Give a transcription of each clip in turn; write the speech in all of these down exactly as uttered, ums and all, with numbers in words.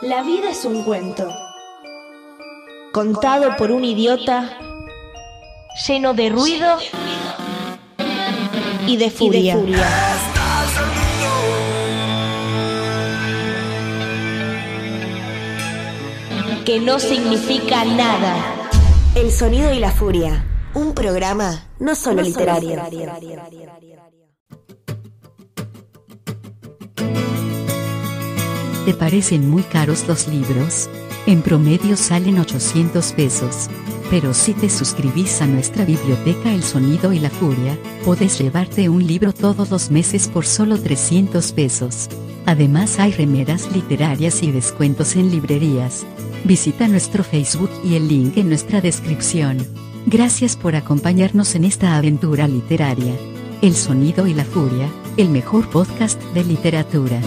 La vida es un cuento, contado por un idiota, lleno de ruido y de furia. Y de furia. Que no significa nada. El sonido y la furia. Un programa no solo no literario. Solo literario. ¿Te parecen muy caros los libros? En promedio salen ochocientos pesos. Pero si te suscribís a nuestra biblioteca El Sonido y la Furia, podés llevarte un libro todos los meses por solo trescientos pesos. Además hay remeras literarias y descuentos en librerías. Visita nuestro Facebook y el link en nuestra descripción. Gracias por acompañarnos en esta aventura literaria. El Sonido y la Furia, el mejor podcast de literatura.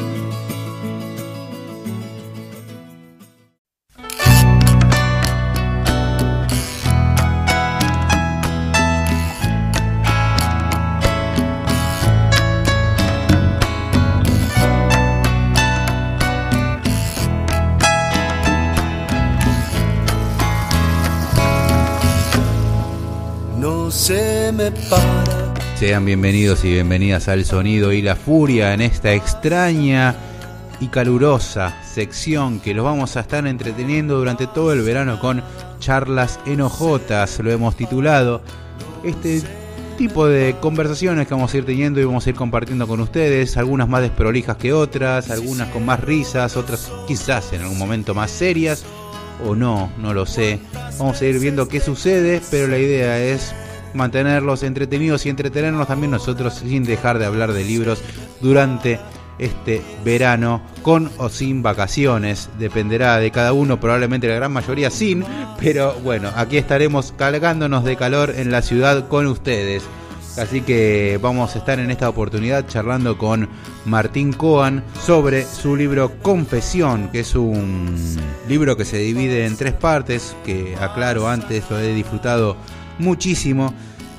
Se me para. Sean bienvenidos y bienvenidas al Sonido y la Furia en esta extraña y calurosa sección que los vamos a estar entreteniendo durante todo el verano con charlas enojotas, lo hemos titulado. Este tipo de conversaciones que vamos a ir teniendo y vamos a ir compartiendo con ustedes, algunas más desprolijas que otras, algunas con más risas, otras quizás en algún momento más serias o no, no lo sé. Vamos a ir viendo qué sucede, pero la idea es mantenerlos entretenidos y entretenernos también nosotros sin dejar de hablar de libros durante este verano, con o sin vacaciones, dependerá de cada uno, probablemente la gran mayoría sin, pero bueno, aquí estaremos cargándonos de calor en la ciudad con ustedes. Así que vamos a estar en esta oportunidad charlando con Martín Coan sobre su libro Confesión, que es un libro que se divide en tres partes, que aclaro antes, lo he disfrutado muchísimo.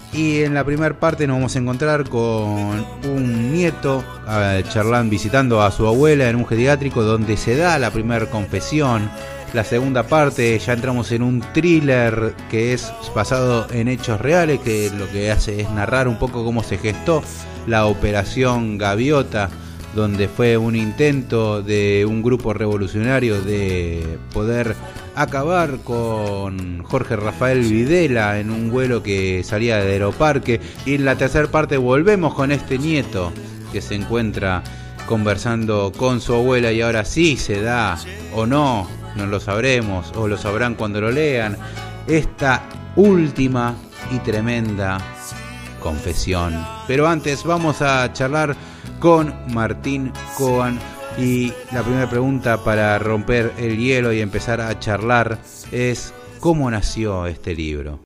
Y en la primera parte nos vamos a encontrar con un nieto eh, charlando, visitando a su abuela en un geriátrico donde se da la primera confesión. La segunda parte ya entramos en un thriller que es basado en hechos reales, que lo que hace es narrar un poco cómo se gestó la Operación Gaviota, donde fue un intento de un grupo revolucionario de poder acabar con Jorge Rafael Videla en un vuelo que salía de Aeroparque. Y en la tercera parte volvemos con este nieto que se encuentra conversando con su abuela y ahora sí se da o no, no lo sabremos o lo sabrán cuando lo lean, esta última y tremenda confesión. Pero antes vamos a charlar con Martín Coan. Y la primera pregunta para romper el hielo y empezar a charlar es: ¿cómo nació este libro?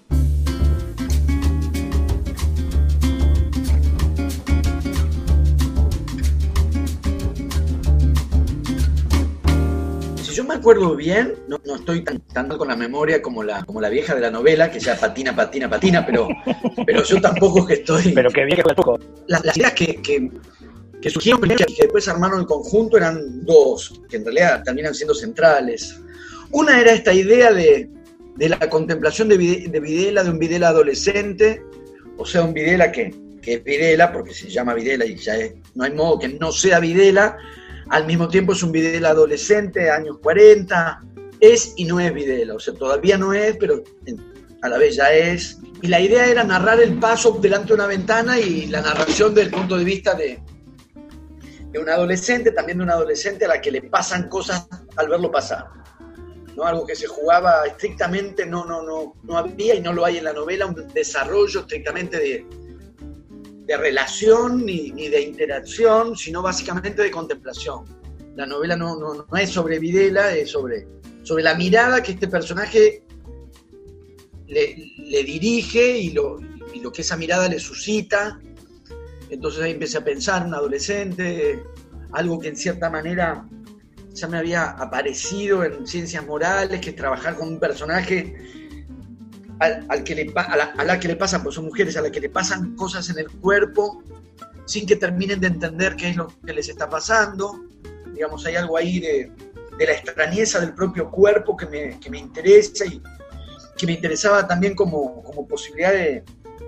Si yo me acuerdo bien, no, no estoy tan, tan mal con la memoria como la, como la vieja de la novela, que ya patina, patina, patina, pero, pero yo tampoco es que estoy... Pero que vieja tampoco. Las, las ideas que... que que surgieron primero y que después se armaron en conjunto eran dos, que en realidad terminan siendo centrales. Una era esta idea de, de la contemplación de, de Videla, de un Videla adolescente, o sea, un Videla que, que es Videla, porque se llama Videla y ya es, no hay modo que no sea Videla, al mismo tiempo es un Videla adolescente, años cuarenta, es y no es Videla, o sea, todavía no es, pero a la vez ya es. Y la idea era narrar el paso delante de una ventana y la narración desde el punto de vista de de un adolescente, también de un adolescente a la que le pasan cosas al verlo pasar, ¿no? Algo que se jugaba estrictamente, no, no, no, no había y no lo hay en la novela, un desarrollo estrictamente de, de relación ni, ni de interacción, sino básicamente de contemplación. La novela no, no, no es sobre Videla, es sobre, sobre la mirada que este personaje le, le dirige y lo, y lo que esa mirada le suscita. Entonces ahí empecé a pensar, un adolescente, algo que en cierta manera ya me había aparecido en Ciencias Morales, que es trabajar con un personaje al, al que le, a, la, a la que le pasan, pues son mujeres, a las que le pasan cosas en el cuerpo sin que terminen de entender qué es lo que les está pasando. Digamos, hay algo ahí de, de la extrañeza del propio cuerpo que me, que me interesa y que me interesaba también como, como posibilidad de,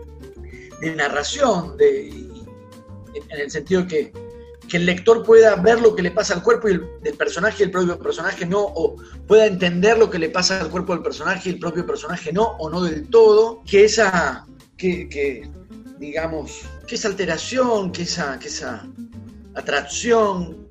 de narración, de, en el sentido que, que el lector pueda ver lo que le pasa al cuerpo y el, del personaje y el propio personaje no, o pueda entender lo que le pasa al cuerpo del personaje y el propio personaje no, o no del todo, que esa, que, que digamos, que esa alteración, que esa, que esa atracción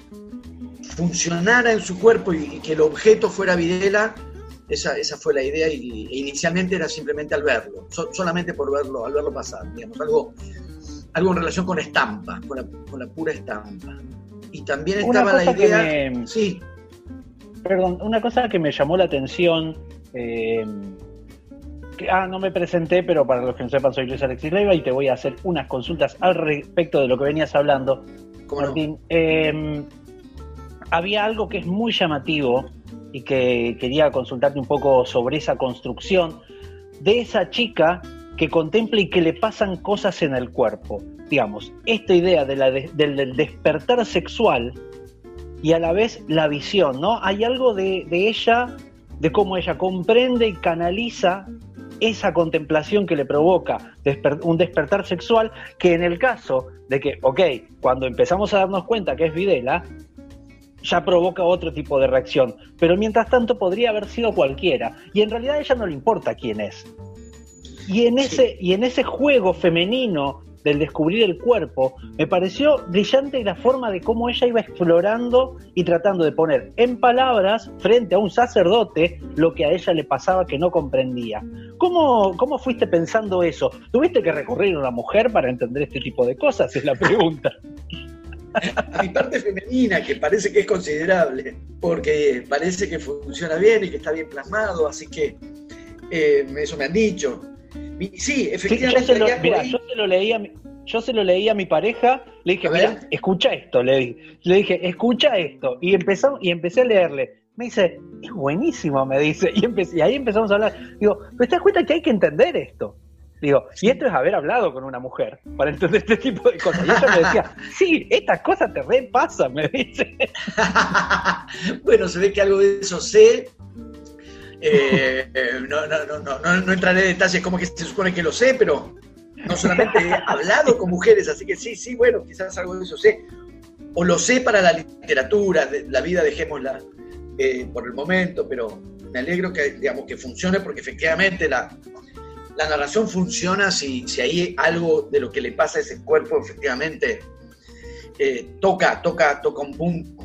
funcionara en su cuerpo y, y que el objeto fuera Videla, esa, esa fue la idea y, e inicialmente era simplemente al verlo, so, solamente por verlo, al verlo pasar, digamos, algo... algo en relación con estampa, con la, con la pura estampa. Y también estaba la idea... Que me, sí. Perdón, una cosa que me llamó la atención, eh, que, ah, no me presenté, pero para los que no sepan, soy Luis Alexis Leiva y te voy a hacer unas consultas al respecto de lo que venías hablando, Martín. No? Eh, había algo que es muy llamativo y que quería consultarte un poco sobre esa construcción de esa chica que contempla y que le pasan cosas en el cuerpo. Digamos, esta idea de la de, del, del despertar sexual y a la vez la visión, ¿no? Hay algo de, de ella, de cómo ella comprende y canaliza esa contemplación que le provoca desper, un despertar sexual, que en el caso de que, ok, cuando empezamos a darnos cuenta que es Videla, ya provoca otro tipo de reacción, pero mientras tanto podría haber sido cualquiera, y en realidad a ella no le importa quién es. Y en ese, y en ese juego femenino del descubrir el cuerpo, me pareció brillante la forma de cómo ella iba explorando y tratando de poner en palabras frente a un sacerdote lo que a ella le pasaba que no comprendía. ¿Cómo, cómo fuiste pensando eso? ¿Tuviste que recurrir a una mujer para entender este tipo de cosas? Es la pregunta. A mi parte femenina, que parece que es considerable, porque parece que funciona bien y que está bien plasmado, así que eh, eso me han dicho. Sí, efectivamente. Sí, yo, se lo, mirá, yo se lo leí a mi, yo se lo leí a mi pareja, le dije, mira, escucha esto, le dije, le dije, escucha esto, y empezamos, y empecé a leerle. Me dice, es buenísimo, me dice, y, empecé, y ahí empezamos a hablar. Digo, ¿pero te das cuenta que hay que entender esto? Digo, y esto es haber hablado con una mujer para entender este tipo de cosas. Y ella me decía, sí, estas cosas te repasan, me dice. Bueno, se ve que algo de eso sé. Eh, eh, no, no, no, no, no, no entraré en detalles como que se supone que lo sé, pero no solamente he hablado con mujeres, así que sí, sí, bueno, quizás algo de eso sé. O lo sé para la literatura, de, la vida dejémosla eh, por el momento, pero me alegro que, digamos, que funcione porque efectivamente la, la narración funciona si, si hay algo de lo que le pasa a ese cuerpo, efectivamente eh, toca, toca, toca un punto.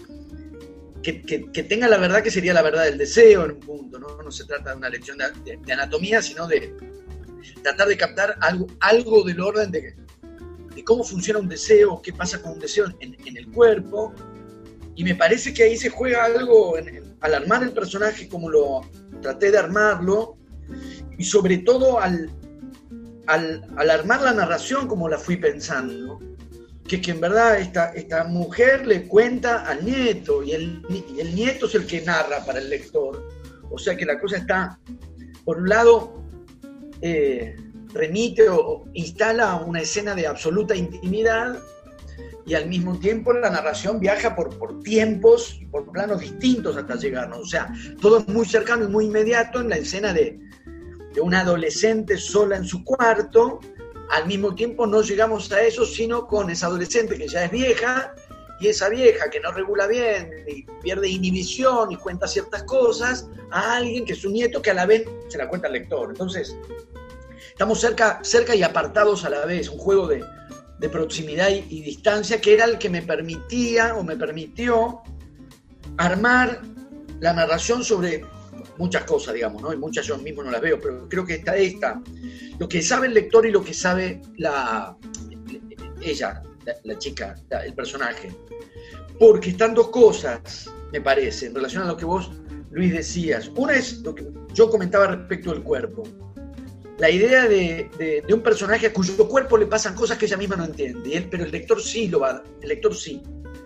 Que, que, que tenga la verdad que sería la verdad del deseo en un punto, ¿no? No se trata de una lección de, de, de anatomía, sino de tratar de captar algo, algo del orden de, de cómo funciona un deseo, qué pasa con un deseo en, en el cuerpo, y me parece que ahí se juega algo en, en, al armar el personaje como lo traté de armarlo, y sobre todo al, al, al armar la narración como la fui pensando, que, que en verdad esta, esta mujer le cuenta al nieto y el, y el nieto es el que narra para el lector. O sea que la cosa está, por un lado, eh, remite o, o instala una escena de absoluta intimidad y al mismo tiempo la narración viaja por, por tiempos y por planos distintos hasta llegarnos. O sea, todo es muy cercano y muy inmediato en la escena de, de una adolescente sola en su cuarto. Al mismo tiempo no llegamos a eso, sino con esa adolescente que ya es vieja, y esa vieja que no regula bien, y pierde inhibición y cuenta ciertas cosas, a alguien que es su nieto que a la vez se la cuenta al lector. Entonces, estamos cerca, cerca y apartados a la vez, un juego de, de proximidad y, y distancia que era el que me permitía o me permitió armar la narración sobre muchas cosas, digamos, ¿no? Y muchas yo mismo no las veo, pero creo que está esta. Lo que sabe el lector y lo que sabe la ella, la, la chica, la, el personaje. Porque están dos cosas, me parece, en relación a lo que vos, Luis, decías. Una es lo que yo comentaba respecto del cuerpo. La idea de, de, de un personaje a cuyo cuerpo le pasan cosas que ella misma no entiende, él, pero el lector sí lo va, el lector sí.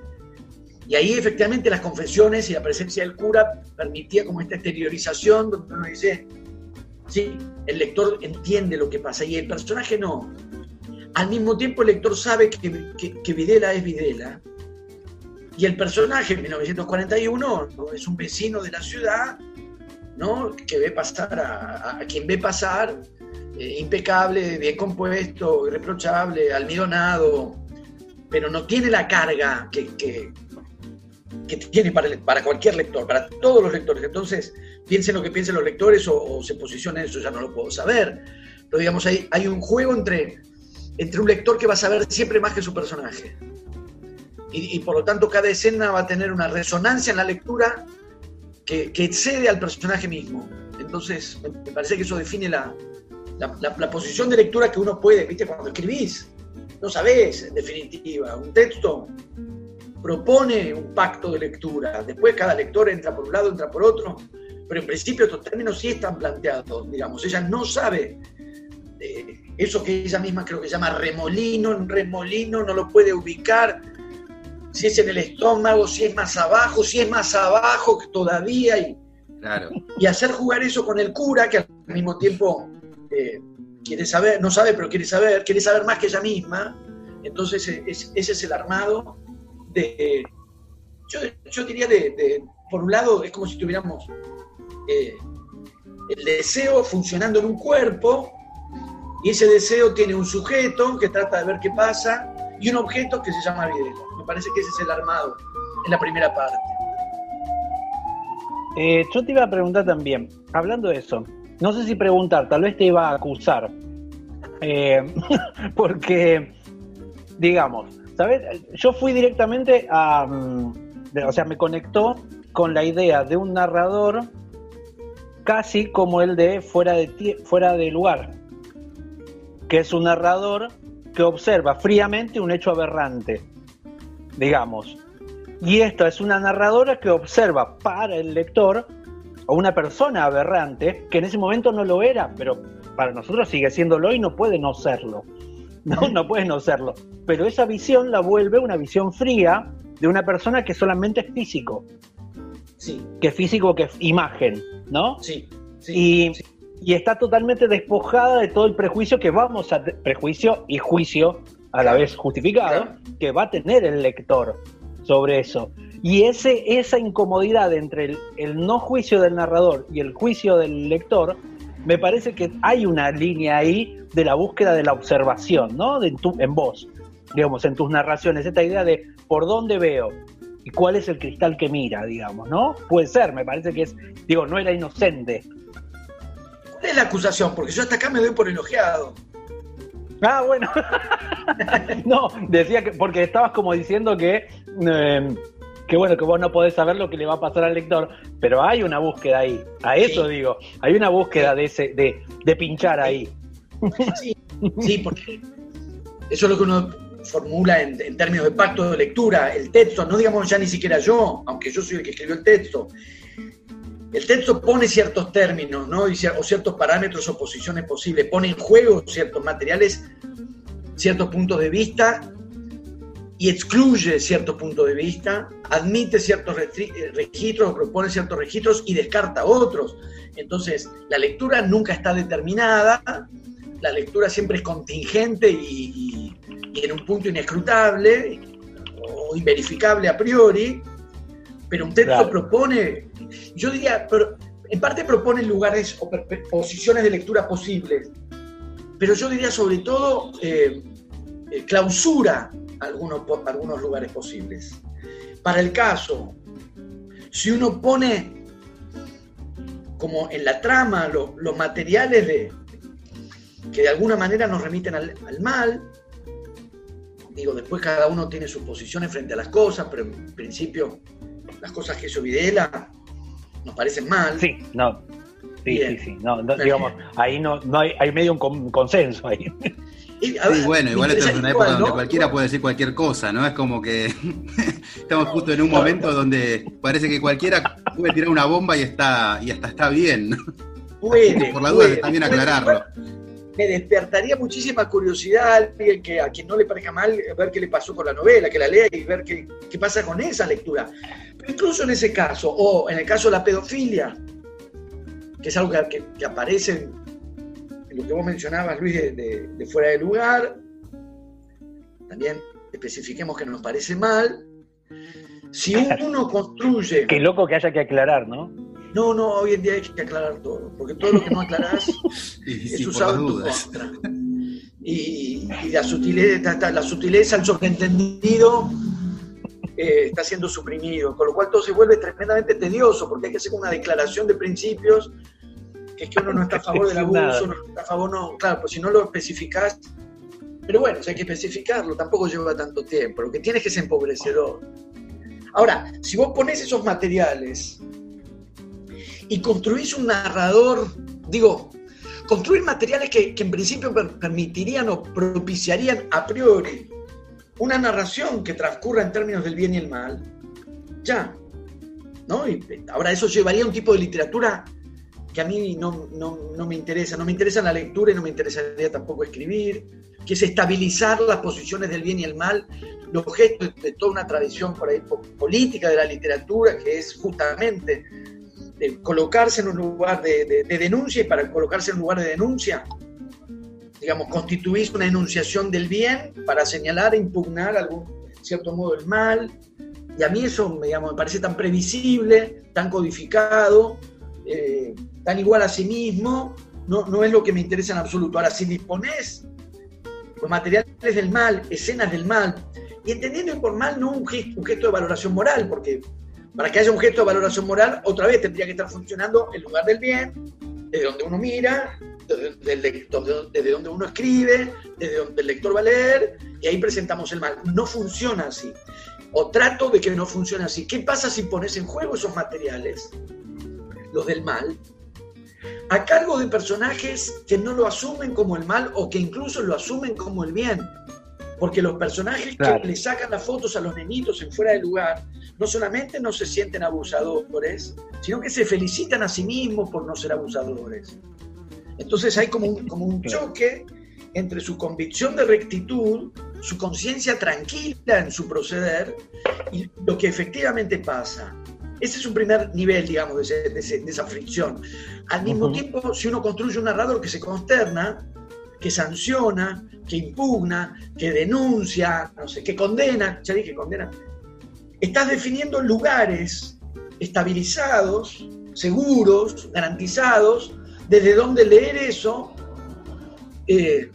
Y ahí efectivamente las confesiones y la presencia del cura permitía como esta exteriorización donde uno dice, sí, el lector entiende lo que pasa y el personaje no. Al mismo tiempo el lector sabe que, que, que Videla es Videla Y el personaje en mil novecientos cuarenta y uno, ¿no?, es un vecino de la ciudad, ¿no?, que ve pasar a, a quien ve pasar, eh, impecable, bien compuesto, irreprochable, almidonado, pero no tiene la carga que, que, que tiene para, para cualquier lector, para todos los lectores. Entonces, piensen lo que piensen los lectores o, o se posicionen, eso ya no lo puedo saber. Pero digamos, hay, hay un juego entre, entre un lector que va a saber siempre más que su personaje. Y, y por lo tanto, cada escena va a tener una resonancia en la lectura que, que excede al personaje mismo. Entonces, me, me parece que eso define la, la, la, la posición de lectura que uno puede, ¿viste? Cuando escribís, no sabés, en definitiva. Un texto propone un pacto de lectura. Después cada lector entra por un lado, entra por otro. Pero en principio estos términos sí están planteados, digamos. Ella no sabe eh, eso que ella misma creo que llama remolino. Un remolino no lo puede ubicar. Si es en el estómago, si es más abajo, si es más abajo que todavía. Y, claro. Y hacer jugar eso con el cura, que al mismo tiempo eh, quiere saber, no sabe, pero quiere saber, quiere saber más que ella misma. Entonces es, ese es el armado de, yo, yo diría de, de, por un lado es como si tuviéramos eh, el deseo funcionando en un cuerpo, y ese deseo tiene un sujeto que trata de ver qué pasa, y un objeto que se llama Videla. Me parece que ese es el armado en la primera parte. Eh, yo te iba a preguntar también, hablando de eso, no sé si preguntar, tal vez te iba a acusar, eh, porque, digamos, ¿sabes? Yo fui directamente a, o sea, me conectó con la idea de un narrador casi como el de Fuera de, fuera de lugar, que es un narrador que observa fríamente un hecho aberrante, digamos. Y esta es una narradora que observa para el lector a una persona aberrante, que en ese momento no lo era, pero para nosotros sigue siéndolo y no puede no serlo. No, no puede no serlo. Pero esa visión la vuelve una visión fría de una persona que solamente es físico. Sí. Que es físico, que es imagen, ¿no? Sí. sí y, sí. y está totalmente despojada de todo el prejuicio que vamos a... Prejuicio y juicio a la vez justificado, claro, que va a tener el lector sobre eso. Y ese, esa incomodidad entre el, el no juicio del narrador y el juicio del lector, me parece que hay una línea ahí de la búsqueda de la observación, ¿no? De tu, en vos, digamos, en tus narraciones, esta idea de por dónde veo y cuál es el cristal que mira, digamos, ¿no? Puede ser, me parece que es, digo, no era inocente. ¿Cuál es la acusación? Porque yo hasta acá me doy por elogiado. Ah, bueno. No, decía que, porque estabas como diciendo que, eh, que bueno, que vos no podés saber lo que le va a pasar al lector, pero hay una búsqueda ahí, a eso sí. Digo, hay una búsqueda sí. de ese, de, de pinchar ahí. Sí, sí, porque eso es lo que uno formula en, en términos de pacto de lectura, el texto, no digamos ya ni siquiera yo, aunque yo soy el que escribió el texto. El texto pone ciertos términos, ¿no? Y, o ciertos parámetros o posiciones posibles, pone en juego ciertos materiales, ciertos puntos de vista, y excluye ciertos puntos de vista, admite ciertos registros, propone ciertos registros y descarta otros. Entonces, la lectura nunca está determinada, la lectura siempre es contingente y, y, y en un punto inescrutable o inverificable a priori, pero un texto claro. propone, yo diría, pero en parte propone lugares o posiciones de lectura posibles, pero yo diría sobre todo eh, eh, clausura algunos, algunos lugares posibles. Para el caso, si uno pone como en la trama lo, los materiales de, que de alguna manera nos remiten al, al mal, digo, después cada uno tiene sus posiciones frente a las cosas, pero en principio las cosas que hizo Videla nos parecen mal. Sí, no. Sí, Bien. sí, sí. No, no, digamos, ahí no, no hay, hay medio un con, consenso ahí. Y, ver, sí, bueno, igual esta es una época igual, donde ¿no? cualquiera puede decir cualquier cosa, ¿no? Es como que estamos justo en un momento donde parece que cualquiera puede tirar una bomba y está y hasta está bien. Puede. Por la duda puede, también puede, aclararlo. Me despertaría muchísima curiosidad alguien que a quien no le parezca mal ver qué le pasó con la novela, que la lea y ver qué, qué pasa con esa lectura. Pero incluso en ese caso, o en el caso de la pedofilia, que es algo que, que, que aparece en lo que vos mencionabas, Luis, de, de, de Fuera de Lugar, también especifiquemos que nos parece mal. Si uno construye... Qué loco que haya que aclarar, ¿no? No, no, hoy en día hay que aclarar todo, porque todo lo que no aclarás Y es sí, usado en tu contra. Y, y la sutileza, la sutileza, el sobreentendido eh, está siendo suprimido, con lo cual todo se vuelve tremendamente tedioso, porque hay que hacer una declaración de principios, que es que uno no está a favor del abuso, no está a favor, no, claro, pues si no lo especificás, pero bueno, si hay que especificarlo, tampoco lleva tanto tiempo, lo que tiene es que ser empobrecedor. Ahora, si vos ponés esos materiales y construís un narrador, digo, construir materiales que, que en principio per- permitirían o propiciarían a priori una narración que transcurra en términos del bien y el mal, ya, ¿no? Y ahora eso llevaría a un tipo de literatura que a mí no, no, no me interesa, no me interesa la lectura y no me interesaría tampoco escribir, que es estabilizar las posiciones del bien y el mal, el objeto de toda una tradición por ahí política de la literatura, que es justamente de colocarse en un lugar de, de, de denuncia, y para colocarse en un lugar de denuncia, digamos, constituís una enunciación del bien para señalar e impugnar algún cierto modo el mal, y a mí eso, digamos, me parece tan previsible, tan codificado, eh, tan igual a sí mismo, no, no es lo que me interesa en absoluto. Ahora, si disponés los materiales del mal, escenas del mal, y entendiendo por mal no un gesto, un gesto de valoración moral, porque para que haya un gesto de valoración moral, otra vez tendría que estar funcionando el lugar del bien, desde donde uno mira, desde, el lector, desde donde uno escribe, desde donde el lector va a leer, y ahí presentamos el mal. No funciona así. O trato de que no funcione así. ¿Qué pasa si pones en juego esos materiales, los del mal, a cargo de personajes que no lo asumen como el mal o que incluso lo asumen como el bien? Porque los personajes claro. que le sacan las fotos a los nenitos en fuera de lugar, no solamente no se sienten abusadores, sino que se felicitan a sí mismos por no ser abusadores. Entonces hay como un, como un choque entre su convicción de rectitud, su conciencia tranquila en su proceder y lo que efectivamente pasa. Ese es un primer nivel, digamos, de, ese, de, ese, de esa fricción. Al mismo uh-huh. tiempo, si uno construye un narrador que se consterna, que sanciona, que impugna, que denuncia, no sé, que condena, ya dije condena, estás definiendo lugares estabilizados, seguros, garantizados, desde donde leer eso, eh,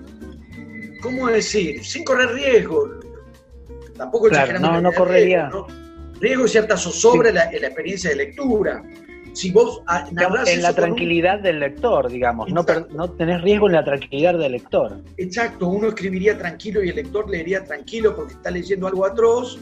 ¿cómo decir? Sin correr riesgo. Tampoco claro, no, no correría. Riesgo, ¿no? Riesgo y cierta zozobra sí. en, la, en la experiencia de lectura. Si vos narrás en la tranquilidad un... del lector, digamos, no, per, no tenés riesgo en la tranquilidad del lector. Exacto, uno escribiría tranquilo y el lector leería tranquilo porque está leyendo algo atroz,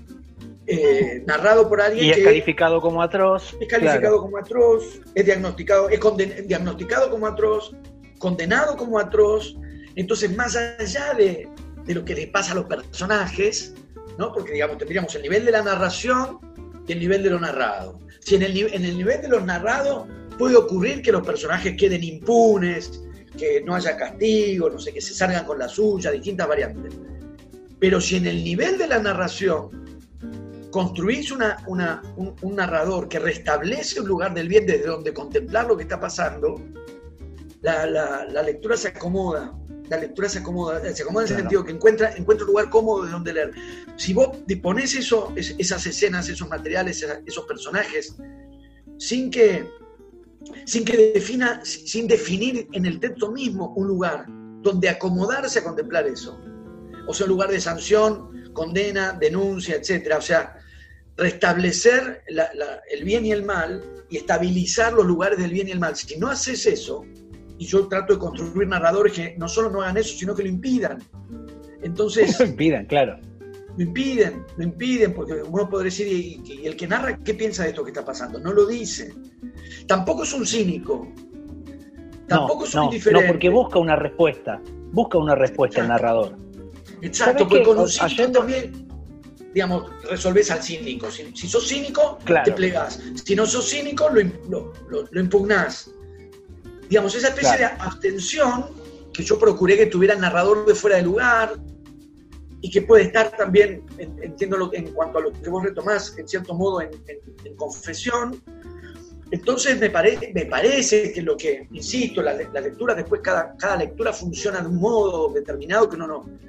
eh, narrado por alguien y es que calificado como atroz. Es calificado claro. como atroz, es diagnosticado, es conden, diagnosticado como atroz, condenado como atroz. Entonces, más allá de, de lo que le pasa a los personajes, ¿no? Porque digamos, tendríamos el nivel de la narración y el nivel de lo narrado. Si en el, en el nivel de lo narrado puede ocurrir que los personajes queden impunes, que no haya castigo, no sé, que se salgan con la suya, distintas variantes. Pero si en el nivel de la narración construís una, una, un, un narrador que restablece un lugar del bien desde donde contemplar lo que está pasando, la, la, la lectura se acomoda. La lectura se acomoda, se acomoda en el claro. sentido que encuentra, encuentra un lugar cómodo de donde leer. Si vos disponés eso, esas escenas, esos materiales, esos personajes, sin que, sin que defina, sin definir en el texto mismo un lugar donde acomodarse a contemplar eso, o sea, un lugar de sanción, condena, denuncia, etcétera, o sea, restablecer la, la, el bien y el mal y estabilizar los lugares del bien y el mal. Si no haces eso, y yo trato de construir narradores que no solo no hagan eso, sino que lo impidan. Entonces... Lo impidan, claro. Lo impiden, lo impiden, porque uno podría decir, y, y el que narra, ¿qué piensa de esto que está pasando? No lo dice. Tampoco es un cínico. Tampoco no, es un no, indiferente. No, porque busca una respuesta. Busca una respuesta el narrador. Exacto, porque con un cínico ayer... también, digamos, resolvés al cínico. Si, si sos cínico, claro. te plegás. Si no sos cínico, lo, lo, lo, lo impugnás. Digamos, esa especie claro. de abstención que yo procuré que tuviera el narrador de fuera de lugar y que puede estar también, entiendo lo, en cuanto a lo que vos retomás, en cierto modo, en, en, en confesión. Entonces me, pare, me parece que lo que, insisto, la, la lectura, después cada, cada lectura funciona de un modo determinado que uno no,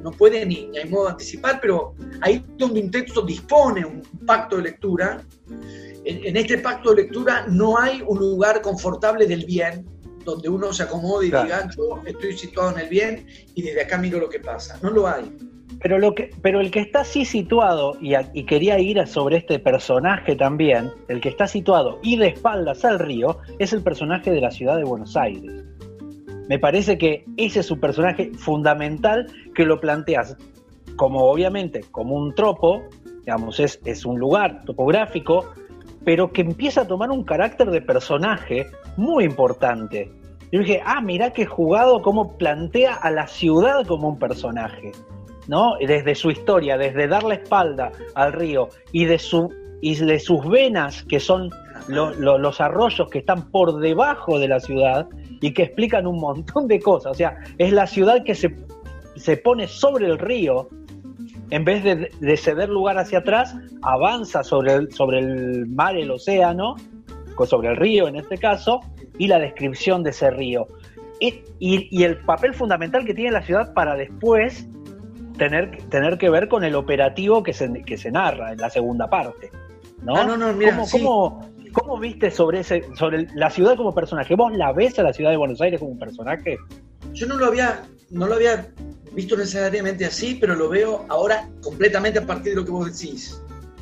no puede ni, ni hay modo de anticipar, pero ahí donde un texto dispone un pacto de lectura, en, en este pacto de lectura no hay un lugar confortable del bien, donde uno se acomode y claro. diga, yo estoy situado en el bien y desde acá miro lo que pasa. No lo hay. Pero, lo que, pero el que está así situado, y, a, y quería ir sobre este personaje también, el que está situado y de espaldas al río, es el personaje de la ciudad de Buenos Aires. Me parece que ese es un personaje fundamental que lo planteas como, obviamente, como un tropo, digamos, es, es un lugar topográfico, pero que empieza a tomar un carácter de personaje muy importante. Yo dije, ah, mirá qué jugado cómo plantea a la ciudad como un personaje, ¿no? Desde su historia, desde dar la espalda al río y de, su, y de sus venas, que son lo, lo, los arroyos que están por debajo de la ciudad y que explican un montón de cosas. O sea, es la ciudad que se, se pone sobre el río, en vez de, de ceder lugar hacia atrás, avanza sobre el, sobre el mar, el océano, sobre el río en este caso, y la descripción de ese río. Y, y, y el papel fundamental que tiene la ciudad para después tener, tener que ver con el operativo que se, que se narra en la segunda parte, ¿no? Ah, no, no, mira, ¿Cómo, sí. cómo, ¿Cómo viste sobre, ese, sobre la ciudad como personaje? ¿Vos la ves a la ciudad de Buenos Aires como un personaje? Yo no lo había, no lo había visto necesariamente así, pero lo veo ahora completamente a partir de lo que vos decís.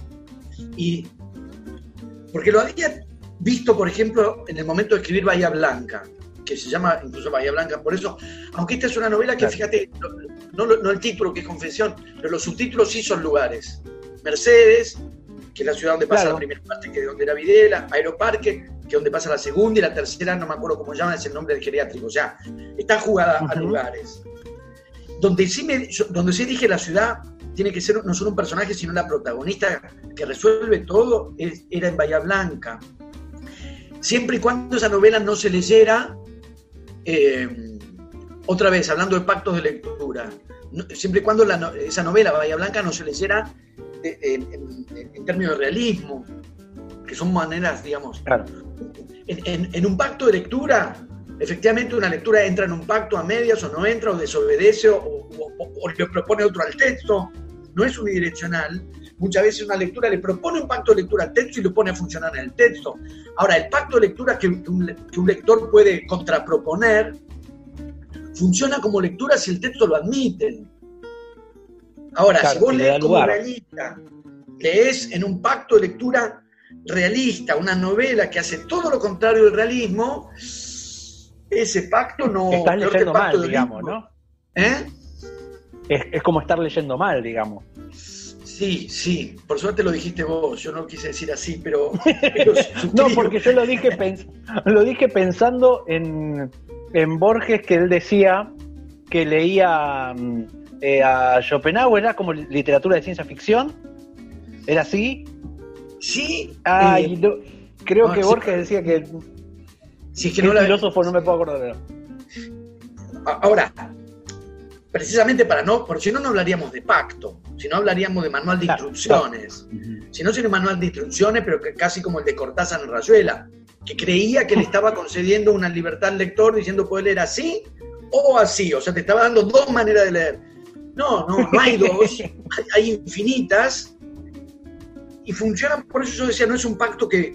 Y porque lo había visto, por ejemplo, en el momento de escribir Bahía Blanca, que se llama incluso Bahía Blanca, por eso, aunque esta es una novela que, claro. fíjate, no, no, no el título, que es Confesión, pero los subtítulos sí son lugares. Mercedes, que es la ciudad donde pasa claro. la primera parte, que es donde era Videla, Aeroparque, que es donde pasa la segunda, y la tercera, no me acuerdo cómo llaman, es el nombre del geriátrico. O sea, está jugada uh-huh. a lugares. Donde sí, me, donde sí dije la ciudad tiene que ser no solo un personaje, sino la protagonista que resuelve todo, es, era en Bahía Blanca. Siempre y cuando esa novela no se leyera, eh, otra vez, hablando de pactos de lectura, no, siempre y cuando la, esa novela, Bahía Blanca, no se leyera de, de, en, en, en términos de realismo, que son maneras, digamos, claro. en, en, en un pacto de lectura, efectivamente una lectura entra en un pacto a medias o no entra, o desobedece, o, o, o, o le propone otro al texto, no es unidireccional. Muchas veces una lectura le propone un pacto de lectura al texto y lo pone a funcionar en el texto. Ahora, el pacto de lectura que un, que un lector puede contraproponer funciona como lectura si el texto lo admite. Ahora, claro, si vos lees como lugar. realista, lees en un pacto de lectura realista, una novela que hace todo lo contrario del realismo, ese pacto no... Estás leyendo mal, de digamos, ¿no? ¿Eh? Es, es como estar leyendo mal, digamos. Sí, sí, por suerte lo dijiste vos, yo no quise decir así, pero... pero no, porque yo lo dije, pens lo dije pensando en, en Borges, que él decía que leía eh, a Schopenhauer, ¿era como literatura de ciencia ficción? ¿Era así? Sí. Ay, eh, no, creo no, que sí, Borges decía que... Si es que ¿Qué no la... filósofo? No me puedo acordar. Ahora, precisamente para no, porque si no, no hablaríamos de pacto, si no hablaríamos de manual de claro, instrucciones. Claro. Si no sería un manual de instrucciones, pero que casi como el de Cortázar en Rayuela, que creía que le estaba concediendo una libertad al lector diciendo puede leer así o así, o sea, te estaba dando dos maneras de leer. No, no, no hay dos, hay, hay infinitas, y funcionan, por eso yo decía, no es un pacto que,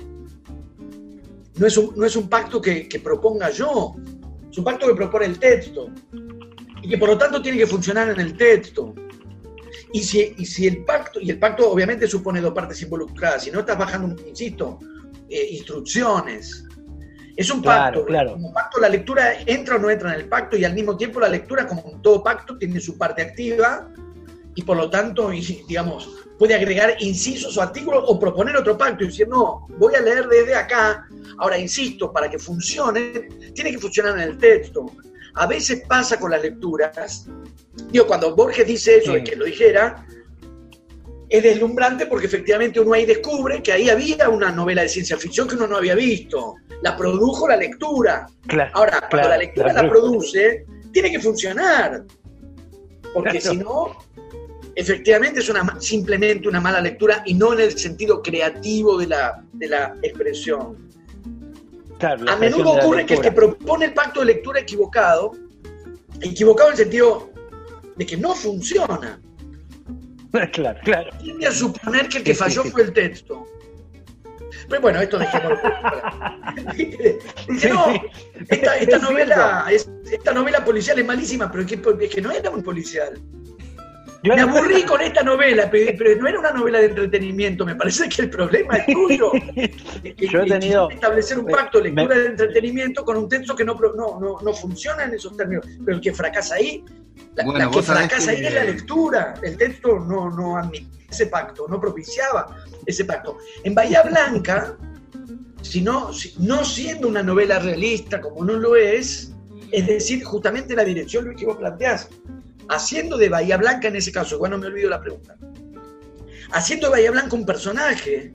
no es un, no es un pacto que, que proponga yo, es un pacto que propone el texto. Y que por lo tanto tiene que funcionar en el texto. Y si, y si el pacto, y el pacto obviamente supone dos partes involucradas, si no estás bajando, insisto, eh, instrucciones. Es un pacto, claro, claro. Como pacto la lectura entra o no entra en el pacto, y al mismo tiempo la lectura, como en todo pacto, tiene su parte activa, y por lo tanto, digamos, puede agregar incisos o artículos o proponer otro pacto y decir, no, voy a leer desde acá. Ahora, insisto, para que funcione, tiene que funcionar en el texto. A veces pasa con las lecturas, digo, cuando Borges dice eso, sí. de que lo dijera, es deslumbrante porque efectivamente uno ahí descubre que ahí había una novela de ciencia ficción que uno no había visto. La produjo la lectura. Claro, Ahora, cuando claro, la lectura claro. la produce, tiene que funcionar. Porque claro. si no, efectivamente es una, simplemente una mala lectura y no en el sentido creativo de la, de la expresión. Claro, a menudo ocurre que el que propone el pacto de lectura equivocado, equivocado en el sentido de que no funciona. Claro, claro. Tiende a suponer que el que falló fue el texto. Pero bueno, esto dejémoslo. Dice, no, esta, esta novela, es, esta novela policial es malísima, pero es que, es que no era muy policial. Yo me aburrí con esta novela, pero, pero no era una novela de entretenimiento. Me parece que el problema es tuyo. Yo he tenido establecer un pacto de lectura me... de entretenimiento con un texto que no, no, no, no funciona en esos términos. Pero el que fracasa ahí, la, bueno, la que fracasa que... ahí es la lectura. El texto no, no admite ese pacto, no propiciaba ese pacto. En Bahía Blanca, si no, si, no siendo una novela realista como no lo es, es decir, justamente la dirección, Luis, que vos planteás, haciendo de Bahía Blanca, en ese caso, igual no me olvido la pregunta, haciendo de Bahía Blanca un personaje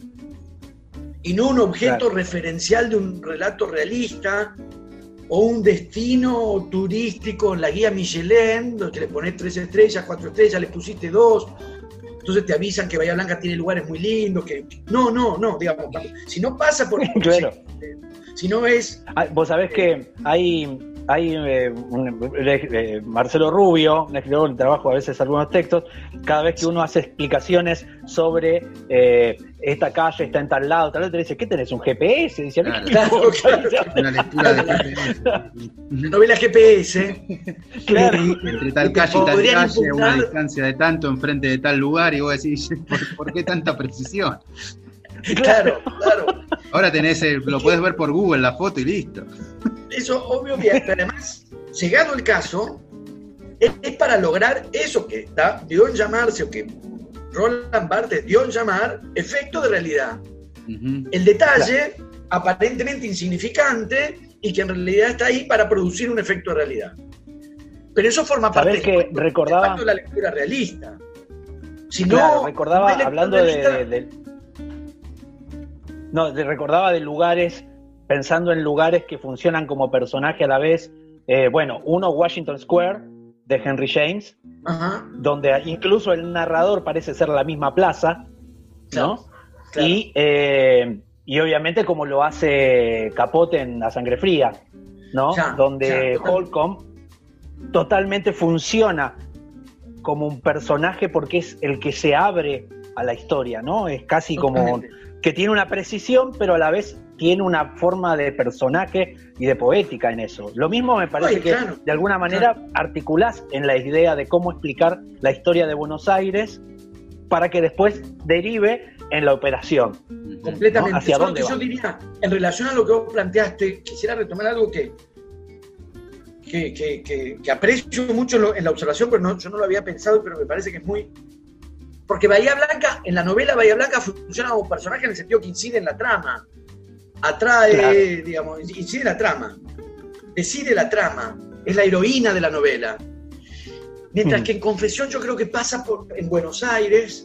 y no un objeto claro. referencial de un relato realista o un destino turístico en la guía Michelin, donde le pones tres estrellas, cuatro estrellas, le pusiste dos, entonces te avisan que Bahía Blanca tiene lugares muy lindos, que no, no, no, digamos, si no pasa por... Claro. Si, si no es... Vos sabés que hay... Hay eh, un, eh, Marcelo Rubio, un escritor que trabajo a veces algunos textos, cada vez que uno hace explicaciones sobre eh, esta calle está en tal lado, tal otro, dice, ¿qué tenés? ¿Un G P S? Dice, claro, claro, claro. Una lectura de G P S. Una novela G P S. Claro. Entre tal calle y tal calle, a una distancia de tanto, enfrente de tal lugar, y vos decís, ¿por, ¿por qué tanta precisión? Claro, claro. Ahora tenés, el, lo podés ver por Google, la foto y listo. Eso, obvio, bien, pero además, llegado el caso, es, es para lograr eso que da, dio en llamarse, o que Roland Barthes dio en llamar, efecto de realidad. Uh-huh. El detalle, claro. aparentemente insignificante, y que en realidad está ahí para producir un efecto de realidad. Pero eso forma parte que del recordaba... de la lectura realista. Si claro, no, recordaba, no hablando realista, de, de... No, de, recordaba de lugares... pensando en lugares que funcionan como personaje a la vez, eh, bueno, uno, Washington Square, de Henry James, ajá. donde incluso el narrador parece ser la misma plaza, ¿no? Claro, claro. Y, eh, y obviamente como lo hace Capote en La Sangre Fría, ¿no? Ya, donde ya, Holcomb totalmente funciona como un personaje porque es el que se abre a la historia, ¿no? Es casi totalmente. Como que tiene una precisión, pero a la vez tiene una forma de personaje y de poética en eso. Lo mismo me parece Ay, que claro, de alguna manera claro. articulás en la idea de cómo explicar la historia de Buenos Aires para que después derive en la operación. Completamente. ¿No? ¿Hacia Solo dónde que va? Yo diría, en relación a lo que vos planteaste, quisiera retomar algo que, que, que, que, que aprecio mucho en, lo, en la observación, pero no, yo no lo había pensado, pero me parece que es muy... Porque Bahía Blanca, en la novela Bahía Blanca funciona como personaje en el sentido que incide en la trama. Atrae, claro. digamos, incide en la trama. Decide la trama. Es la heroína de la novela. Mientras mm. que en Confesión yo creo que pasa por, en Buenos Aires.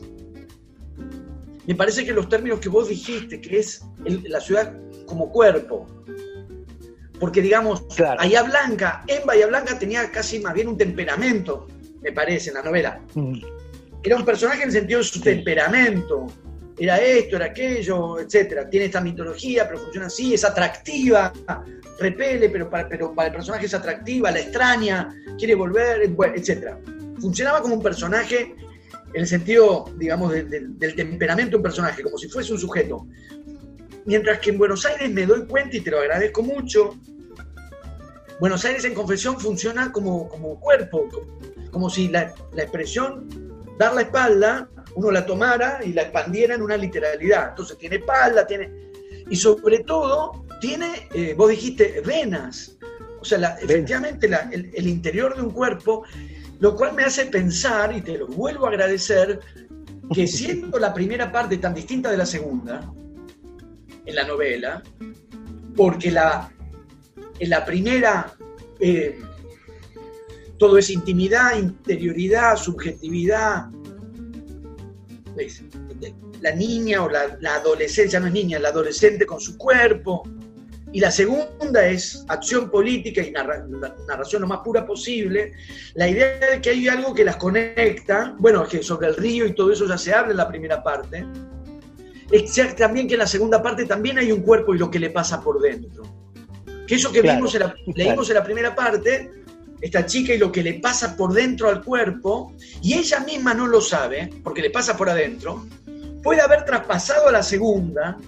Me parece que los términos que vos dijiste, que es el, la ciudad como cuerpo. Porque, digamos, claro. Bahía Blanca, en Bahía Blanca tenía casi más bien un temperamento, me parece, en la novela. Mm. Era un personaje en el sentido de su sí. temperamento. Era esto, era aquello, etcétera. Tiene esta mitología, pero funciona así, es atractiva, repele, pero para, pero para el personaje es atractiva, la extraña, quiere volver, bueno, etcétera. Funcionaba como un personaje en el sentido, digamos, de, de, del temperamento de un personaje, como si fuese un sujeto. Mientras que en Buenos Aires me doy cuenta, y te lo agradezco mucho, Buenos Aires en Confesión funciona como, como cuerpo, como, como si la, la expresión dar la espalda, uno la tomara y la expandiera en una literalidad. Entonces tiene espalda, tiene... Y sobre todo, tiene, eh, vos dijiste, venas. O sea, la, efectivamente la, el, el interior de un cuerpo, lo cual me hace pensar, y te lo vuelvo a agradecer, que siendo la primera parte tan distinta de la segunda, en la novela, porque la, en la primera... Eh, todo es intimidad, interioridad, subjetividad. ¿Ves? La niña o la, la adolescencia, no es niña, la adolescente con su cuerpo. Y la segunda es acción política y narra, narración lo más pura posible. La idea de que hay algo que las conecta, bueno, es que sobre el río y todo eso ya se habla en la primera parte. Es también que en la segunda parte también hay un cuerpo y lo que le pasa por dentro. Que eso que claro, vimos en la, leímos claro. en la primera parte... esta chica y lo que le pasa por dentro al cuerpo, y ella misma no lo sabe, porque le pasa por adentro, puede haber traspasado a la segunda,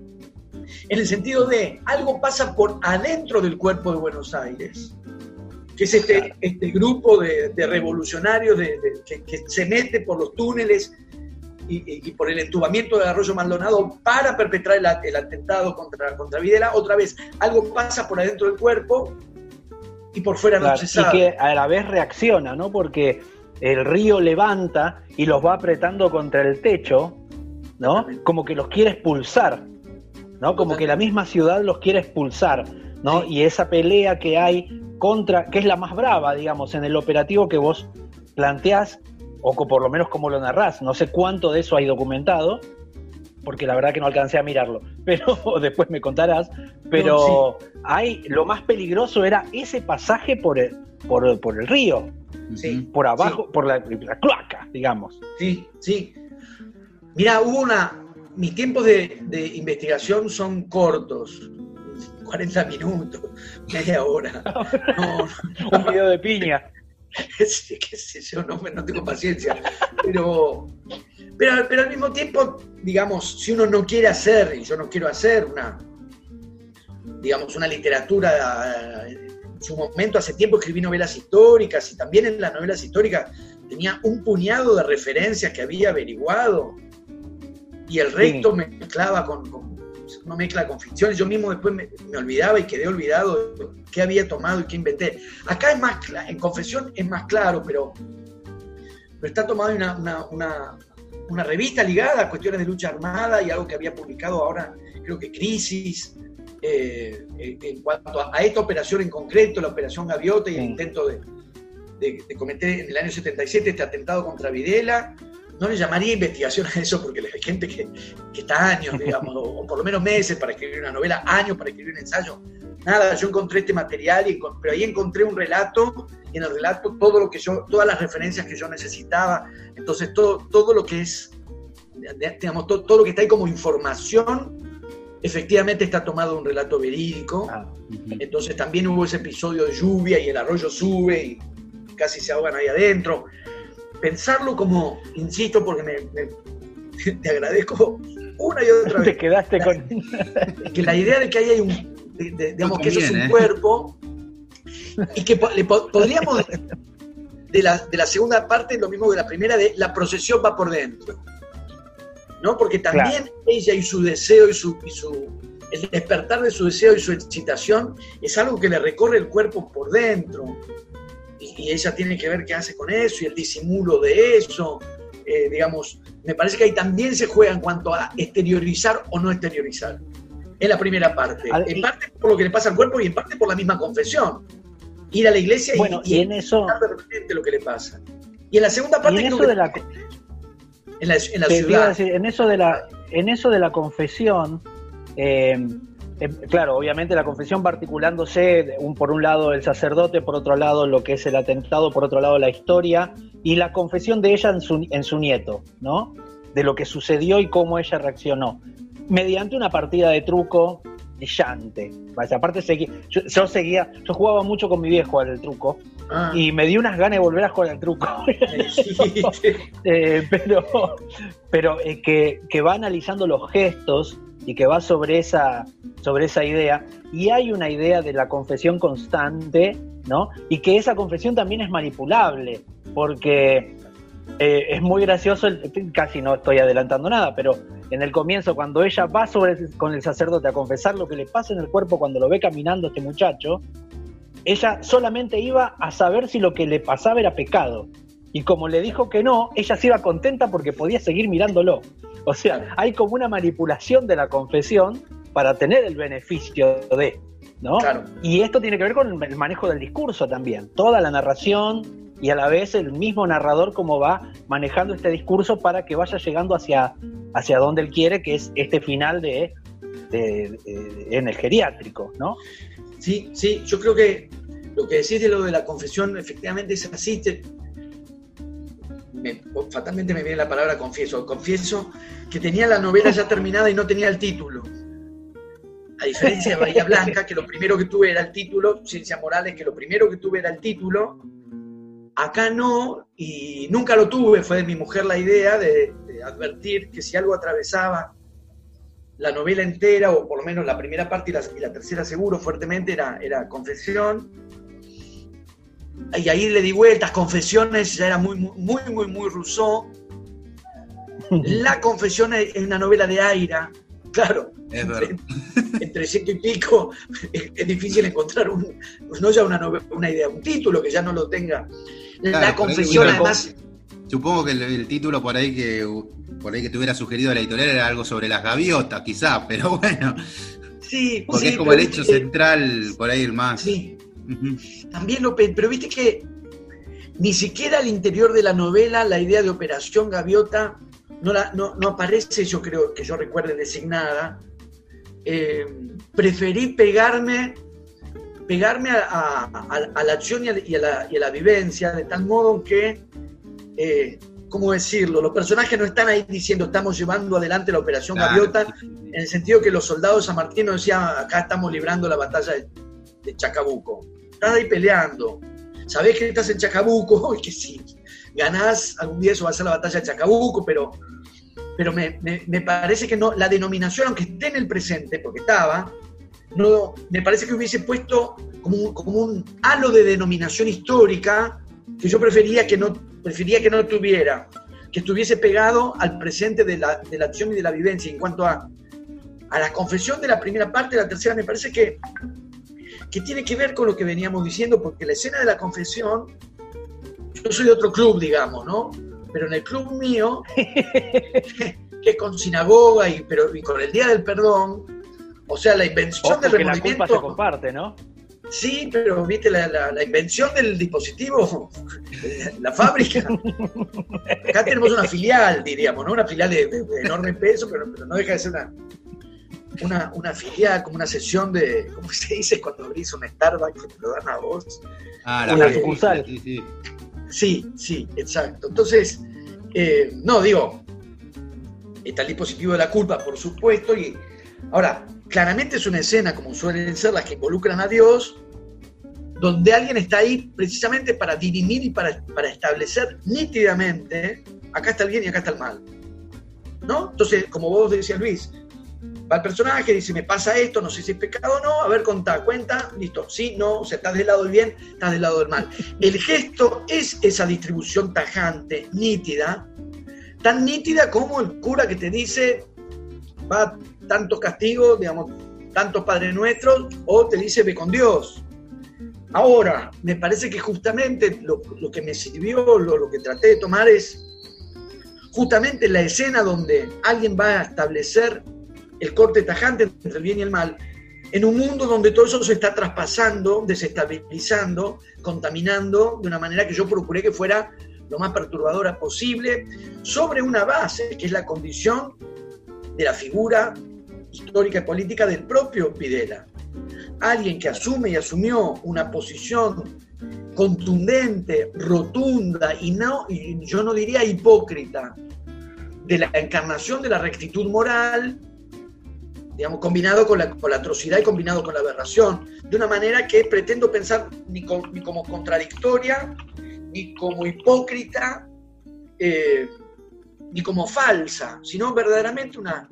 en el sentido de algo pasa por adentro del cuerpo de Buenos Aires, que es este, este grupo de, de revolucionarios de, de, que, que se mete por los túneles y, y, y por el entubamiento del Arroyo Maldonado para perpetrar el, el atentado contra, contra Videla. Otra vez, algo pasa por adentro del cuerpo y por fuera claro, no se sabe. Y que a la vez reacciona, ¿no? Porque el río levanta y los va apretando contra el techo, ¿no? Como que los quiere expulsar, ¿no? Como que la misma ciudad los quiere expulsar, ¿no? Sí. Y esa pelea que hay contra, que es la más brava, digamos, en el operativo que vos planteás, o por lo menos como lo narrás, no sé cuánto de eso hay documentado, porque la verdad que no alcancé a mirarlo, pero después me contarás, pero no, sí. hay, lo más peligroso era ese pasaje por el, por, por el río, sí. por abajo, sí. por la, la cloaca, digamos. Sí, sí. Mirá, hubo una, mis tiempos de, de investigación son cortos, cuarenta minutos, media hora. No, un video de piña. Qué sé yo, no, no tengo paciencia. Pero, pero, pero al mismo tiempo, digamos, si uno no quiere hacer, y yo no quiero hacer una, digamos, una literatura, en su momento, hace tiempo escribí novelas históricas, y también en las novelas históricas tenía un puñado de referencias que había averiguado, y el resto sí. me mezclaba con, con una mezcla con ficciones. Yo mismo después me, me olvidaba y quedé olvidado de qué había tomado y qué inventé. Acá es más claro, en Confesión es más claro, pero, pero está tomado una, una, una, una revista ligada a cuestiones de lucha armada y algo que había publicado ahora, creo que Crisis, eh, en cuanto a, a esta operación en concreto, la Operación Gaviota y el intento de, de, de cometer en el año setenta y siete este atentado contra Videla. No le llamaría investigación a eso porque hay gente que, que está años, digamos, o, o por lo menos meses para escribir una novela, años para escribir un ensayo. Nada, yo encontré este material, y, pero ahí encontré un relato, y en el relato todo lo que yo, todas las referencias que yo necesitaba. Entonces todo, todo lo que es, digamos, todo, todo lo que está ahí como información, efectivamente está tomado de un relato verídico. Ah, uh-huh. Entonces también hubo ese episodio de lluvia y el arroyo sube y casi se ahogan ahí adentro. Pensarlo como, insisto, porque me, me, te agradezco una y otra vez. Te quedaste la, con... Que la idea de que ahí hay un, de, de, digamos que eso es un ¿eh? cuerpo, y que le podríamos, de la, de la segunda parte, lo mismo que la primera, de la procesión va por dentro, ¿no? Porque también claro. ella y su deseo y su, y su, el despertar de su deseo y su excitación es algo que le recorre el cuerpo por dentro. Y ella tiene que ver qué hace con eso y el disimulo de eso, eh, digamos, me parece que ahí también se juega en cuanto a exteriorizar o no exteriorizar, en la primera parte, al, en parte por lo que le pasa al cuerpo y en parte por la misma confesión, ir a la iglesia bueno, y, y en eso de lo que le pasa, y en la segunda parte en eso que de la, en la, en la te, ciudad decir, en eso de la en eso de la confesión, eh, Eh, claro, obviamente la confesión va articulándose, un, por un lado el sacerdote, por otro lado lo que es el atentado, por otro lado la historia, y la confesión de ella en su, en su nieto, ¿no? De lo que sucedió y cómo ella reaccionó, mediante una partida de truco brillante. Aparte seguí, yo, yo seguía, yo jugaba mucho con mi viejo al truco, ah. y me dio unas ganas de volver a jugar al truco. eh, pero pero eh, que, que va analizando los gestos y que va sobre esa, sobre esa idea, y hay una idea de la confesión constante, ¿no? Y que esa confesión también es manipulable, porque eh, es muy gracioso, el, casi no estoy adelantando nada, pero en el comienzo, cuando ella va sobre, con el sacerdote a confesar lo que le pasa en el cuerpo cuando lo ve caminando este muchacho, ella solamente iba a saber si lo que le pasaba era pecado, y como le dijo que no, ella se iba contenta porque podía seguir mirándolo. O sea, hay como una manipulación de la confesión para tener el beneficio de, ¿no? Claro. Y esto tiene que ver con el manejo del discurso también. Toda la narración y a la vez el mismo narrador cómo va manejando este discurso para que vaya llegando hacia, hacia donde él quiere, que es este final de, de, de en el geriátrico, ¿no? Sí, sí, yo creo que lo que decís de lo de la confesión efectivamente es así. Te, me, fatalmente me viene la palabra confieso. Confieso que tenía la novela ya terminada y no tenía el título. A diferencia de Bahía Blanca, que lo primero que tuve era el título, Ciencias Morales, que lo primero que tuve era el título, acá no, y nunca lo tuve, fue de mi mujer la idea de, de advertir que si algo atravesaba la novela entera, o por lo menos la primera parte y la, y la tercera seguro fuertemente, era, era Confesión. Y ahí le di vueltas, Confesiones ya era muy, muy, muy, muy Rousseau. La Confesión es una novela de Aira, claro. Es verdad. Entre, entre ciento y pico es, es difícil encontrar un, no ya una, novela, una idea, un título que ya no lo tenga. La claro, Confesión, además. Supongo que el, el título por ahí que por ahí que te hubiera sugerido la editorial era algo sobre las gaviotas, quizá, pero bueno. Sí, porque sí, es como el hecho viste, central, por ahí el más. Sí. Uh-huh. También lo pero viste que ni siquiera al interior de la novela la idea de Operación Gaviota no, la, no, no aparece, yo creo que yo recuerde designada. Eh, preferí pegarme pegarme a, a, a, a la acción y a, y, a la, y a la vivencia, de tal modo que eh, ¿cómo decirlo? Los personajes no están ahí diciendo estamos llevando adelante la Operación claro, Gaviota, sí, sí. En el sentido que los soldados de San Martín no decían acá estamos librando la batalla de, de Chacabuco. Estás ahí peleando. Sabés que estás en Chacabuco y que si ganás algún día eso va a ser la batalla de Chacabuco, pero, pero me, me, me parece que no, la denominación, aunque esté en el presente, porque estaba, no, me parece que hubiese puesto como un, como un halo de denominación histórica que yo prefería que no, prefería que no tuviera, que estuviese pegado al presente de la, de la acción y de la vivencia. En cuanto a, a la confesión de la primera parte, la tercera me parece que, que tiene que ver con lo que veníamos diciendo, porque la escena de la confesión, yo soy de otro club, digamos, ¿no? Pero en el club mío, que, que es con sinagoga y, pero, y con el Día del Perdón, o sea, la invención Ojo del que remordimiento... la culpa se comparte, ¿no? Sí, pero viste, la, la, la invención del dispositivo, la fábrica. Acá tenemos una filial, diríamos, ¿no? Una filial de, de, de enorme peso, pero, pero no deja de ser una, una, una filial, como una sesión de, ¿cómo se dice cuando abrís un Starbucks que te lo dan a vos? Ah, la una sucursal. Sí, sí. Sí, sí, exacto. Entonces, eh, no, digo, está el dispositivo de la culpa, por supuesto, y ahora, claramente es una escena, como suelen ser las que involucran a Dios, donde alguien está ahí precisamente para dirimir y para, para establecer nítidamente, acá está el bien y acá está el mal, ¿no? Entonces, como vos decías, Luis, va el personaje, dice, me pasa esto, no sé si es pecado o no, a ver, contá, cuenta, listo, sí, no, o sea, estás del lado del bien, estás del lado del mal. El gesto es esa distribución tajante, nítida, tan nítida como el cura que te dice, va tantos castigos, digamos, tantos Padres Nuestros, o te dice, ve con Dios. Ahora, me parece que justamente lo, lo que me sirvió, lo, lo que traté de tomar es justamente la escena donde alguien va a establecer el corte tajante entre el bien y el mal, en un mundo donde todo eso se está traspasando, desestabilizando, contaminando, de una manera que yo procuré que fuera lo más perturbadora posible, sobre una base que es la condición de la figura histórica y política del propio Videla. Alguien que asume y asumió una posición contundente, rotunda y, no, y yo no diría hipócrita, de la encarnación de la rectitud moral, digamos, combinado con la, con la atrocidad y combinado con la aberración, de una manera que pretendo pensar ni, con, ni como contradictoria, ni como hipócrita, eh, ni como falsa, sino verdaderamente una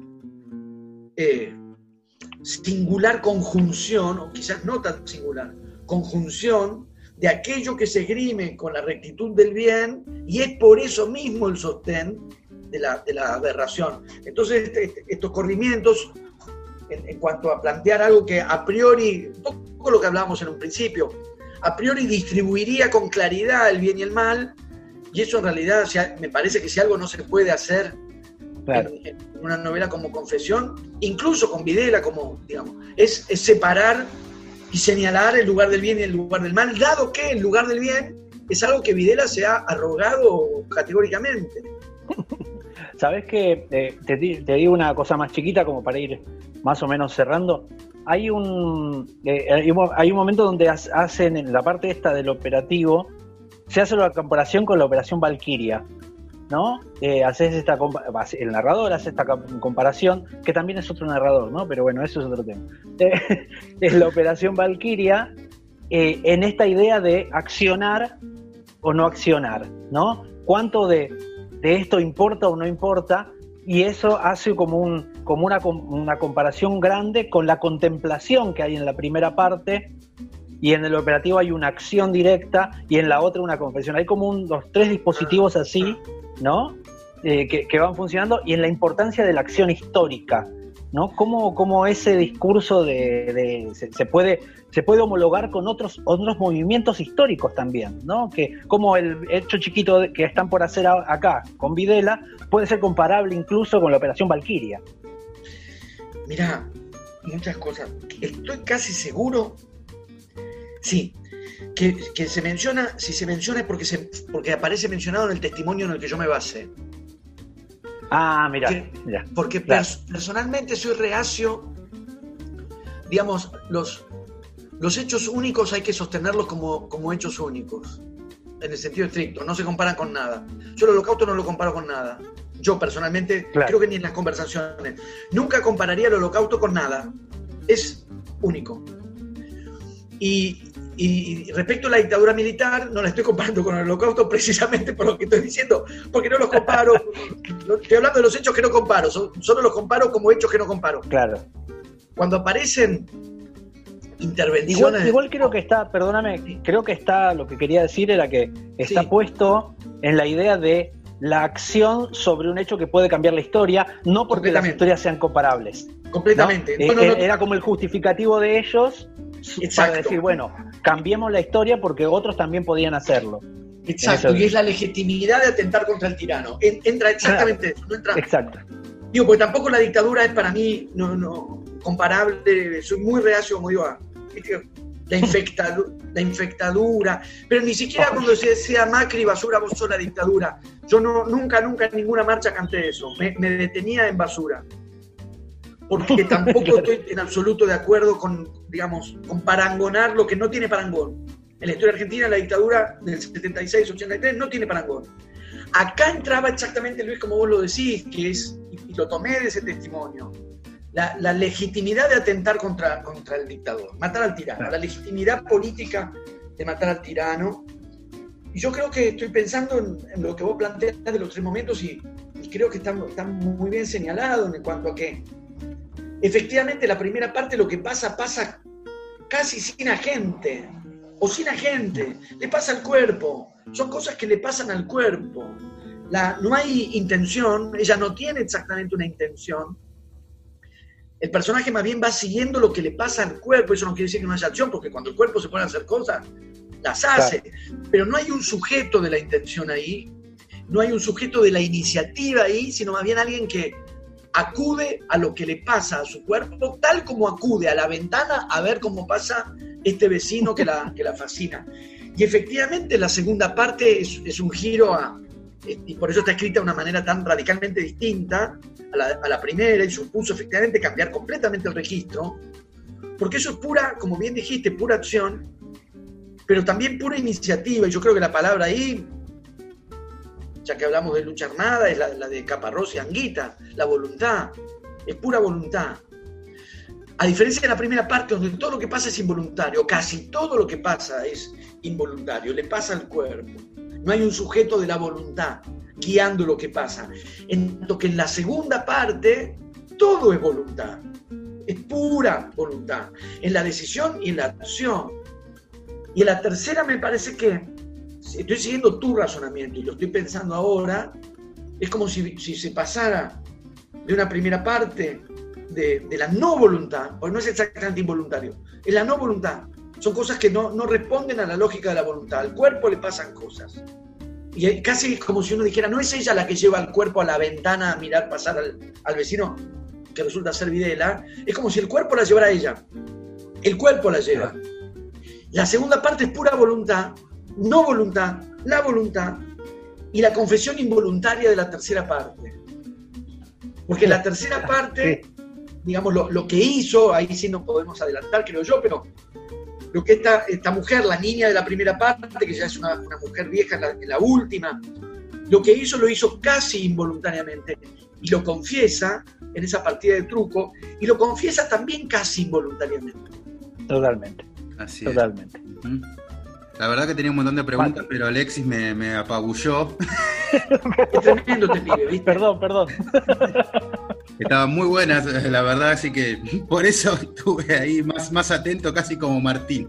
eh, singular conjunción, o quizás no tan singular, conjunción de aquello que se esgrime con la rectitud del bien, y es por eso mismo el sostén de la, de la aberración. Entonces, este, estos corrimientos, en, en cuanto a plantear algo que a priori, un poco lo que hablábamos en un principio, a priori distribuiría con claridad el bien y el mal, y eso en realidad, o sea, me parece que si algo no se puede hacer claro. en, en una novela como Confesión, incluso con Videla, como, digamos, es, es separar y señalar el lugar del bien y el lugar del mal, dado que el lugar del bien es algo que Videla se ha arrogado categóricamente. ¿Sabés qué? Eh, te, te digo una cosa más chiquita como para ir más o menos cerrando. Hay un, eh, hay un momento donde hacen en la parte esta del operativo, se hace la comparación con la Operación Valquiria. ¿no? Eh, haces esta compa- el narrador hace esta comparación, que también es otro narrador, ¿no? Pero bueno, eso es otro tema. Eh, es la Operación Valquiria, eh, en esta idea de accionar o no accionar, ¿no? ¿Cuánto de, de esto importa o no importa? Y eso hace como, un, como una, una comparación grande con la contemplación que hay en la primera parte, y en el operativo hay una acción directa, y en la otra una confesión. Hay como un, los tres dispositivos así, ¿no? Eh, que, que van funcionando, y en la importancia de la acción histórica, ¿no? Cómo, cómo ese discurso de, de se, se puede se puede homologar con otros otros movimientos históricos también, ¿no? Que como el hecho chiquito que están por hacer a, acá con Videla puede ser comparable incluso con la Operación Valquiria. Mirá, muchas cosas. Estoy casi seguro, sí, que, que se menciona, si se menciona es porque, se, porque aparece mencionado en el testimonio en el que yo me basé. Ah, mira, mira. Porque claro. pers- personalmente soy reacio, digamos, los, los hechos únicos hay que sostenerlos como, como hechos únicos, en el sentido estricto, no se comparan con nada. Yo el Holocausto no lo comparo con nada. Yo personalmente, claro. creo que ni en las conversaciones, nunca compararía el Holocausto con nada. Es único. Y, y respecto a la dictadura militar, no la estoy comparando con el Holocausto precisamente por lo que estoy diciendo, porque no los comparo. Estoy hablando de los hechos que no comparo, solo los comparo como hechos que no comparo. Claro. Cuando aparecen intervenciones... Igual, igual creo que está, perdóname, creo que está, lo que quería decir era que está sí. puesto en la idea de la acción sobre un hecho que puede cambiar la historia, no porque las historias sean comparables. Completamente. ¿No? No, no, eh, no. Era como el justificativo de ellos. Exacto. Para decir, bueno, cambiemos la historia porque otros también podían hacerlo. Exacto, y es la legitimidad de atentar contra el tirano. Entra exactamente eso, no entra. Exacto. Digo, porque tampoco la dictadura es para mí no, no comparable, soy muy reacio, como digo, a, la, infectadu, la infectadura, pero ni siquiera cuando se decía Macri, basura, vos sos la dictadura. Yo no, nunca, nunca en ninguna marcha canté eso, me, me detenía en basura. Porque tampoco estoy en absoluto de acuerdo con, digamos, con parangonar lo que no tiene parangón. En la historia argentina, la dictadura del setenta y seis ochenta y tres no tiene parangón. Acá entraba exactamente, Luis, como vos lo decís, que es, y lo tomé de ese testimonio, la, la legitimidad de atentar contra, contra el dictador, matar al tirano, la legitimidad política de matar al tirano. Y yo creo que estoy pensando en, en lo que vos planteás de los tres momentos y, y creo que está, está muy bien señalado en cuanto a que efectivamente la primera parte lo que pasa, pasa casi sin agente, o sin agente, le pasa al cuerpo, son cosas que le pasan al cuerpo. La, no hay intención, ella no tiene exactamente una intención, el personaje más bien va siguiendo lo que le pasa al cuerpo, eso no quiere decir que no haya acción, porque cuando el cuerpo se pone a hacer cosas, las hace, claro. Pero no hay un sujeto de la intención ahí, no hay un sujeto de la iniciativa ahí, sino más bien alguien que acude a lo que le pasa a su cuerpo, tal como acude a la ventana a ver cómo pasa este vecino que la, que la fascina. Y efectivamente la segunda parte es, es un giro a, y por eso está escrita de una manera tan radicalmente distinta a la, a la primera, y supuso efectivamente cambiar completamente el registro, porque eso es pura, como bien dijiste, pura acción, pero también pura iniciativa, y yo creo que la palabra ahí, ya que hablamos de lucha armada, es la, la de Caparrós y Anguita, la voluntad, es pura voluntad. A diferencia de la primera parte, donde todo lo que pasa es involuntario, casi todo lo que pasa es involuntario, le pasa al cuerpo. No hay un sujeto de la voluntad guiando lo que pasa. En tanto que en la segunda parte, todo es voluntad, es pura voluntad, en la decisión y en la acción. Y en la tercera me parece que, estoy siguiendo tu razonamiento y lo estoy pensando ahora, es como si, si se pasara de una primera parte de, de la no voluntad, porque no es exactamente involuntario, es la no voluntad. Son cosas que no, no responden a la lógica de la voluntad. Al cuerpo le pasan cosas. Y casi como si uno dijera, no es ella la que lleva al cuerpo a la ventana a mirar pasar al, al vecino, que resulta ser Videla, es como si el cuerpo la llevara a ella. El cuerpo la lleva. La segunda parte es pura voluntad, no voluntad, la voluntad y la confesión involuntaria de la tercera parte. Porque la tercera parte, digamos, lo, lo que hizo, ahí sí no podemos adelantar, creo yo, pero lo que esta, esta mujer, la niña de la primera parte, que ya es una, una mujer vieja en la, en la última, lo que hizo lo hizo casi involuntariamente, y lo confiesa en esa partida de truco, y lo confiesa también casi involuntariamente. Totalmente. Así Totalmente. es. La verdad que tenía un montón de preguntas, pero Alexis me, me apabulló. Es tremendo este pibe, ¿viste? Perdón, perdón. Estaban muy buenas, la verdad, así que por eso estuve ahí más, más atento, casi como Martín.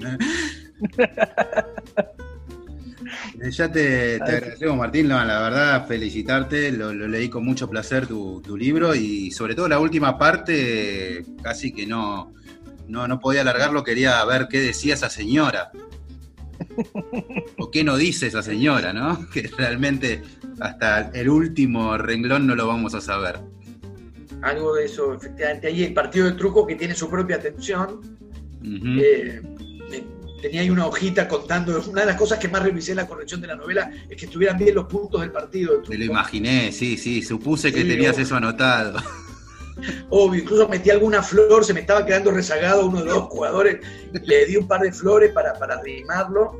Ya te, te agradecemos, Martín, no, la verdad, felicitarte, lo, lo leí con mucho placer tu, tu libro, y sobre todo la última parte, casi que no, no, no podía alargarlo, quería ver qué decía esa señora. O qué no dice esa señora, ¿no? Que realmente hasta el último renglón no lo vamos a saber. Algo de eso, efectivamente. Ahí el partido de truco que tiene su propia atención. Uh-huh. eh, eh, tenía ahí una hojita contando. Una de las cosas que más revisé en la corrección de la novela es que estuvieran bien los puntos del partido de truco. Me lo imaginé, sí, sí, supuse que sí, tenías obvio. eso anotado. Obvio, incluso metí alguna flor, se me estaba quedando rezagado uno de los jugadores, le di un par de flores para, para arrimarlo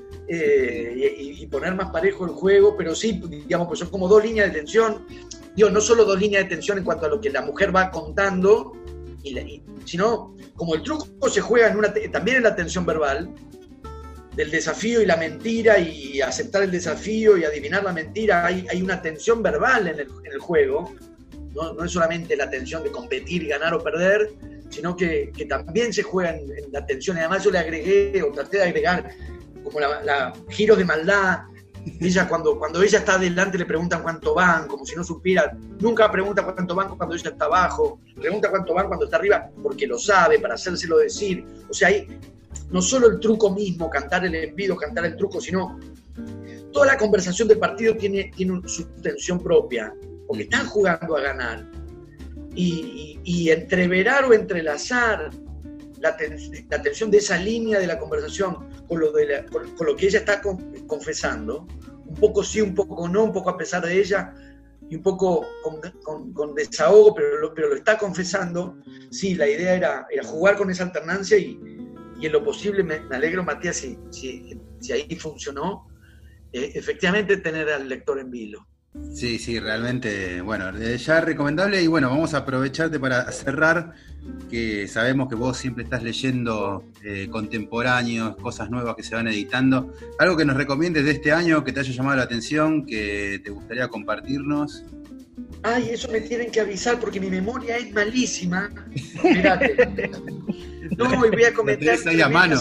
eh, y, y poner más parejo el juego, pero sí, digamos, pues son como dos líneas de tensión, digo, no solo dos líneas de tensión en cuanto a lo que la mujer va contando, y la, y, sino como el truco se juega en una, también en la tensión verbal, del desafío y la mentira, y aceptar el desafío y adivinar la mentira, hay, hay una tensión verbal en el, en el juego. No, no es solamente la tensión de competir y ganar o perder, sino que, que también se juega en, en la tensión. Y además yo le agregué, o traté de agregar, como la, la giros de maldad. Ella, cuando, cuando ella está adelante, le preguntan cuánto van, como si no supiera. Nunca pregunta cuánto van cuando ella está abajo. Pregunta cuánto van cuando está arriba, porque lo sabe, para hacérselo decir. O sea, hay no solo el truco mismo, cantar el envido, cantar el truco, sino toda la conversación del partido tiene, tiene su tensión propia, porque están jugando a ganar. Y, y, y entreverar o entrelazar la, ten, la tensión de esa línea de la conversación con lo, de la, con, con lo que ella está con, confesando, un poco sí, un poco no, un poco a pesar de ella, y un poco con, con, con desahogo, pero lo, pero lo está confesando. Sí, la idea era, era jugar con esa alternancia, y, y en lo posible, me, me alegro, Matías, si, si, si ahí funcionó, eh, efectivamente tener al lector en vilo. Sí, sí, realmente, bueno, ya recomendable. Y bueno, vamos a aprovecharte para cerrar, que sabemos que vos siempre estás leyendo eh, contemporáneos, cosas nuevas que se van editando. Algo que nos recomiendes de este año, que te haya llamado la atención, que te gustaría compartirnos. Ay, eso me tienen que avisar porque mi memoria es malísima. Mirate. No, y voy a comentar. ahí a mano.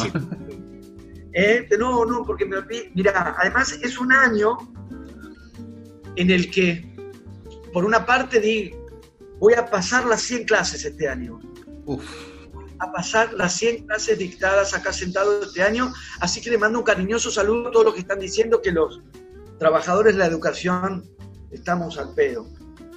¿Eh? No, no, porque me olvidé. Mira, además es un año en el que, por una parte, di, voy a pasar las cien clases este año. Uf. A pasar las cien clases dictadas acá sentado este año, así que le mando un cariñoso saludo a todos los que están diciendo que los trabajadores de la educación estamos al pedo.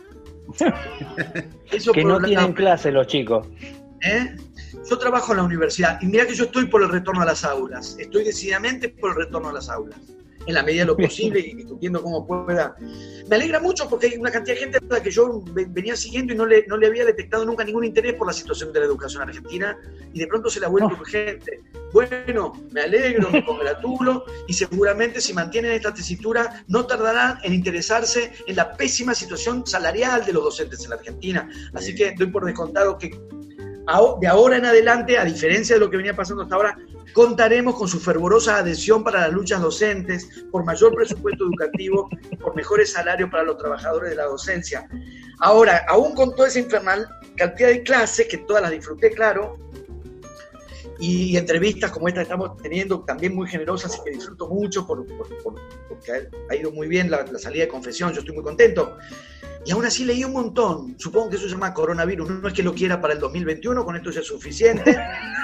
Eso que no tienen clase los chicos. ¿Eh? Yo trabajo en la universidad y mira que yo estoy por el retorno a las aulas, estoy decididamente por el retorno a las aulas, en la medida de lo posible y discutiendo cómo pueda. Me alegra mucho porque hay una cantidad de gente a la que yo venía siguiendo y no le, no le había detectado nunca ningún interés por la situación de la educación argentina, y de pronto se la vuelve urgente. Bueno, me alegro, me congratulo, y seguramente si mantienen esta tesitura no tardarán en interesarse en la pésima situación salarial de los docentes en la Argentina. Así que doy por descontado que de ahora en adelante, a diferencia de lo que venía pasando hasta ahora, contaremos con su fervorosa adhesión para las luchas docentes, por mayor presupuesto educativo y por mejores salarios para los trabajadores de la docencia. Ahora, aún con toda esa infernal cantidad de clases, que todas las disfruté, claro, y, y entrevistas como esta que estamos teniendo, también muy generosas y que disfruto mucho, por, por, por, porque ha, ha ido muy bien la, la salida de confesión, yo estoy muy contento. Y aún así leí un montón, supongo que eso se llama coronavirus, no es que lo quiera para el dos mil veintiuno, con esto ya es suficiente,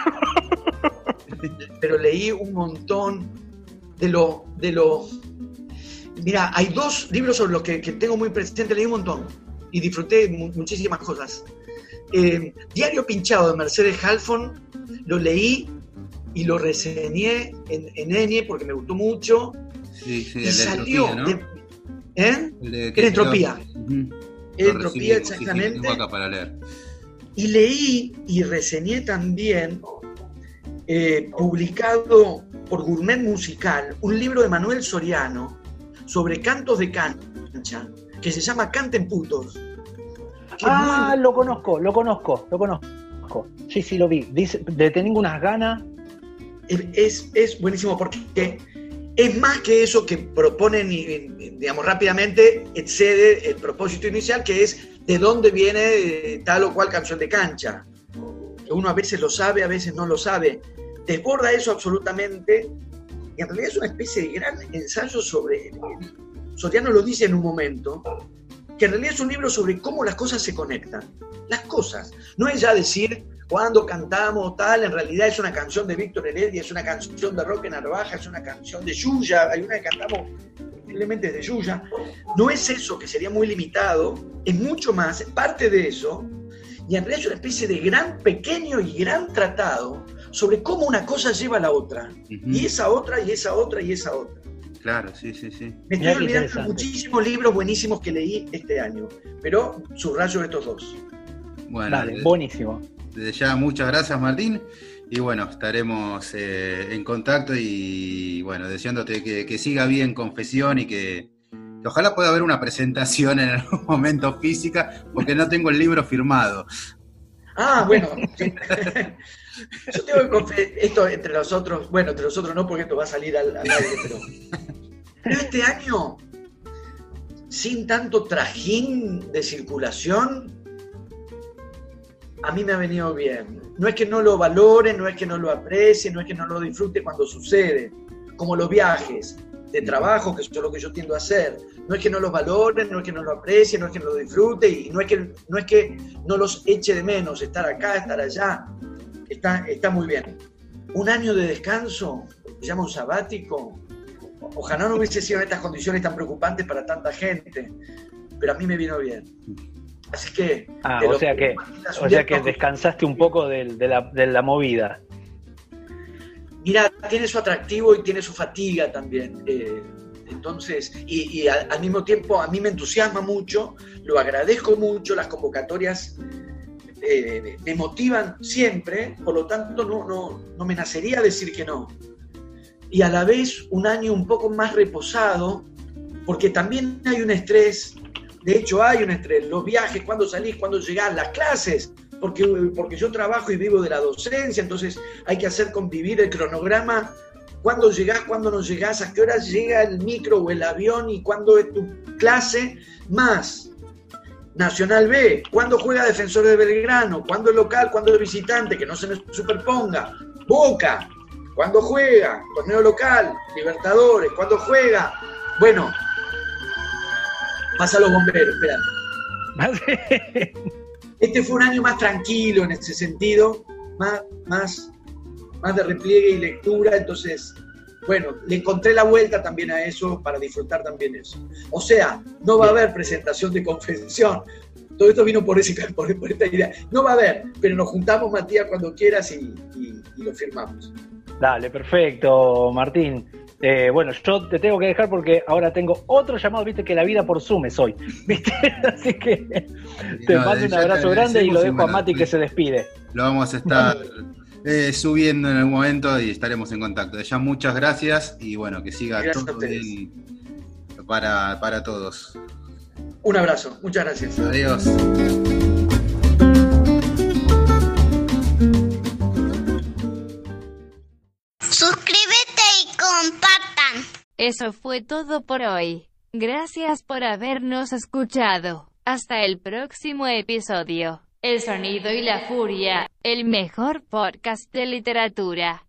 pero leí un montón de lo, de lo... Mira, hay dos libros sobre los que, que tengo muy presente, leí un montón y disfruté mu- muchísimas cosas. Eh, Diario Pinchado de Mercedes Halfon, lo leí y lo reseñé en, en Enie porque me gustó mucho. Sí, sí, y el de salió... Entropía, ¿no? de, ¿Eh? El de Era Entropía. Uh-huh. Entropía, recibí, exactamente. Sí, sí, tengo acá para leer. Y leí y reseñé también, eh, publicado por Gourmet Musical, un libro de Manuel Soriano sobre cantos de caño. cancha, que se llama Canten Putos. Ah, muy... lo conozco, lo conozco, lo conozco. Sí, sí, lo vi. Dice, de tengo unas ganas. Es, es buenísimo porque es más que eso que proponen, digamos, rápidamente excede el propósito inicial, que es de dónde viene tal o cual canción de cancha. Uno a veces lo sabe, a veces no lo sabe. Desborda eso absolutamente, y en realidad es una especie de gran ensayo sobre, Soriano lo dice en un momento, que en realidad es un libro sobre cómo las cosas se conectan. Las cosas. No es ya decir, cuando cantamos tal, en realidad es una canción de Víctor Heredia, es una canción de Roque Narvaja, es una canción de Yuya, hay una que cantamos posiblemente de Yuya. No es eso, que sería muy limitado, es mucho más, es parte de eso, y en realidad es una especie de gran, pequeño y gran tratado sobre cómo una cosa lleva a la otra, uh-huh. y esa otra, y esa otra, y esa otra. Claro, sí, sí, sí. Me estoy olvidando de muchísimos libros buenísimos que leí este año, pero subrayo estos dos. Bueno, Dale, desde, buenísimo. Desde ya, muchas gracias, Martín. Y bueno, estaremos eh, en contacto y bueno, deseándote que, que siga bien Confesión y que, que ojalá pueda haber una presentación en algún momento física, porque no tengo el libro firmado. Ah, bueno. Sí. Yo tengo que confesar, esto entre nosotros, bueno, entre nosotros no, porque esto va a salir al, al aire, pero, pero este año, sin tanto trajín de circulación, a mí me ha venido bien. No es que no lo valore, no es que no lo aprecie, no es que no lo disfrute cuando sucede, como los viajes de trabajo, que es lo que yo tiendo a hacer. No es que no los valore, no es que no lo aprecie, no es que no lo disfrute, y no es que no, es que no los eche de menos, estar acá, estar allá. Está, está muy bien. Un año de descanso, se llama un sabático. Ojalá no hubiese sido en estas condiciones tan preocupantes para tanta gente, pero a mí me vino bien. Así que... Ah, o sea que, o sea que descansaste un poco de, de, la, de la movida. Mira, tiene su atractivo y tiene su fatiga también. Eh, entonces, y, y al, al mismo tiempo a mí me entusiasma mucho, lo agradezco mucho, las convocatorias eh, me motivan siempre, por lo tanto no, no, no me nacería decir que no. Y a la vez un año un poco más reposado, porque también hay un estrés, de hecho hay un estrés, los viajes, cuándo salís, cuándo llegás, las clases, porque, porque yo trabajo y vivo de la docencia, entonces hay que hacer convivir el cronograma, cuándo llegás, cuándo no llegás, a qué horas llega el micro o el avión y cuándo es tu clase, más Nacional B, cuándo juega Defensor de Belgrano, cuándo es local, cuándo es visitante, que no se me superponga, Boca, cuándo juega, torneo local, Libertadores, cuándo juega, bueno, pasa a los bomberos, espera. Este fue un año más tranquilo en ese sentido, más, más, más de repliegue y lectura, entonces, bueno, le encontré la vuelta también a eso para disfrutar también eso. O sea, no va a haber presentación de Confesión, todo esto vino por, ese, por, por esta idea, no va a haber, pero nos juntamos, Matías, cuando quieras y, y, y lo firmamos. Dale, perfecto, Martín. Eh, bueno, yo te tengo que dejar porque ahora tengo otro llamado, viste que la vida por Zoom es hoy, ¿viste? Así que te no, mando un abrazo grande y lo dejo a Mati que se despide. Lo vamos a estar eh, subiendo en algún momento y estaremos en contacto. Ya muchas gracias y bueno, que siga gracias todo bien para, para todos. Un abrazo, muchas gracias. Adiós. Suscríbete y compartan. Eso fue todo por hoy. Gracias por habernos escuchado. Hasta el próximo episodio. El sonido y la furia, el mejor podcast de literatura.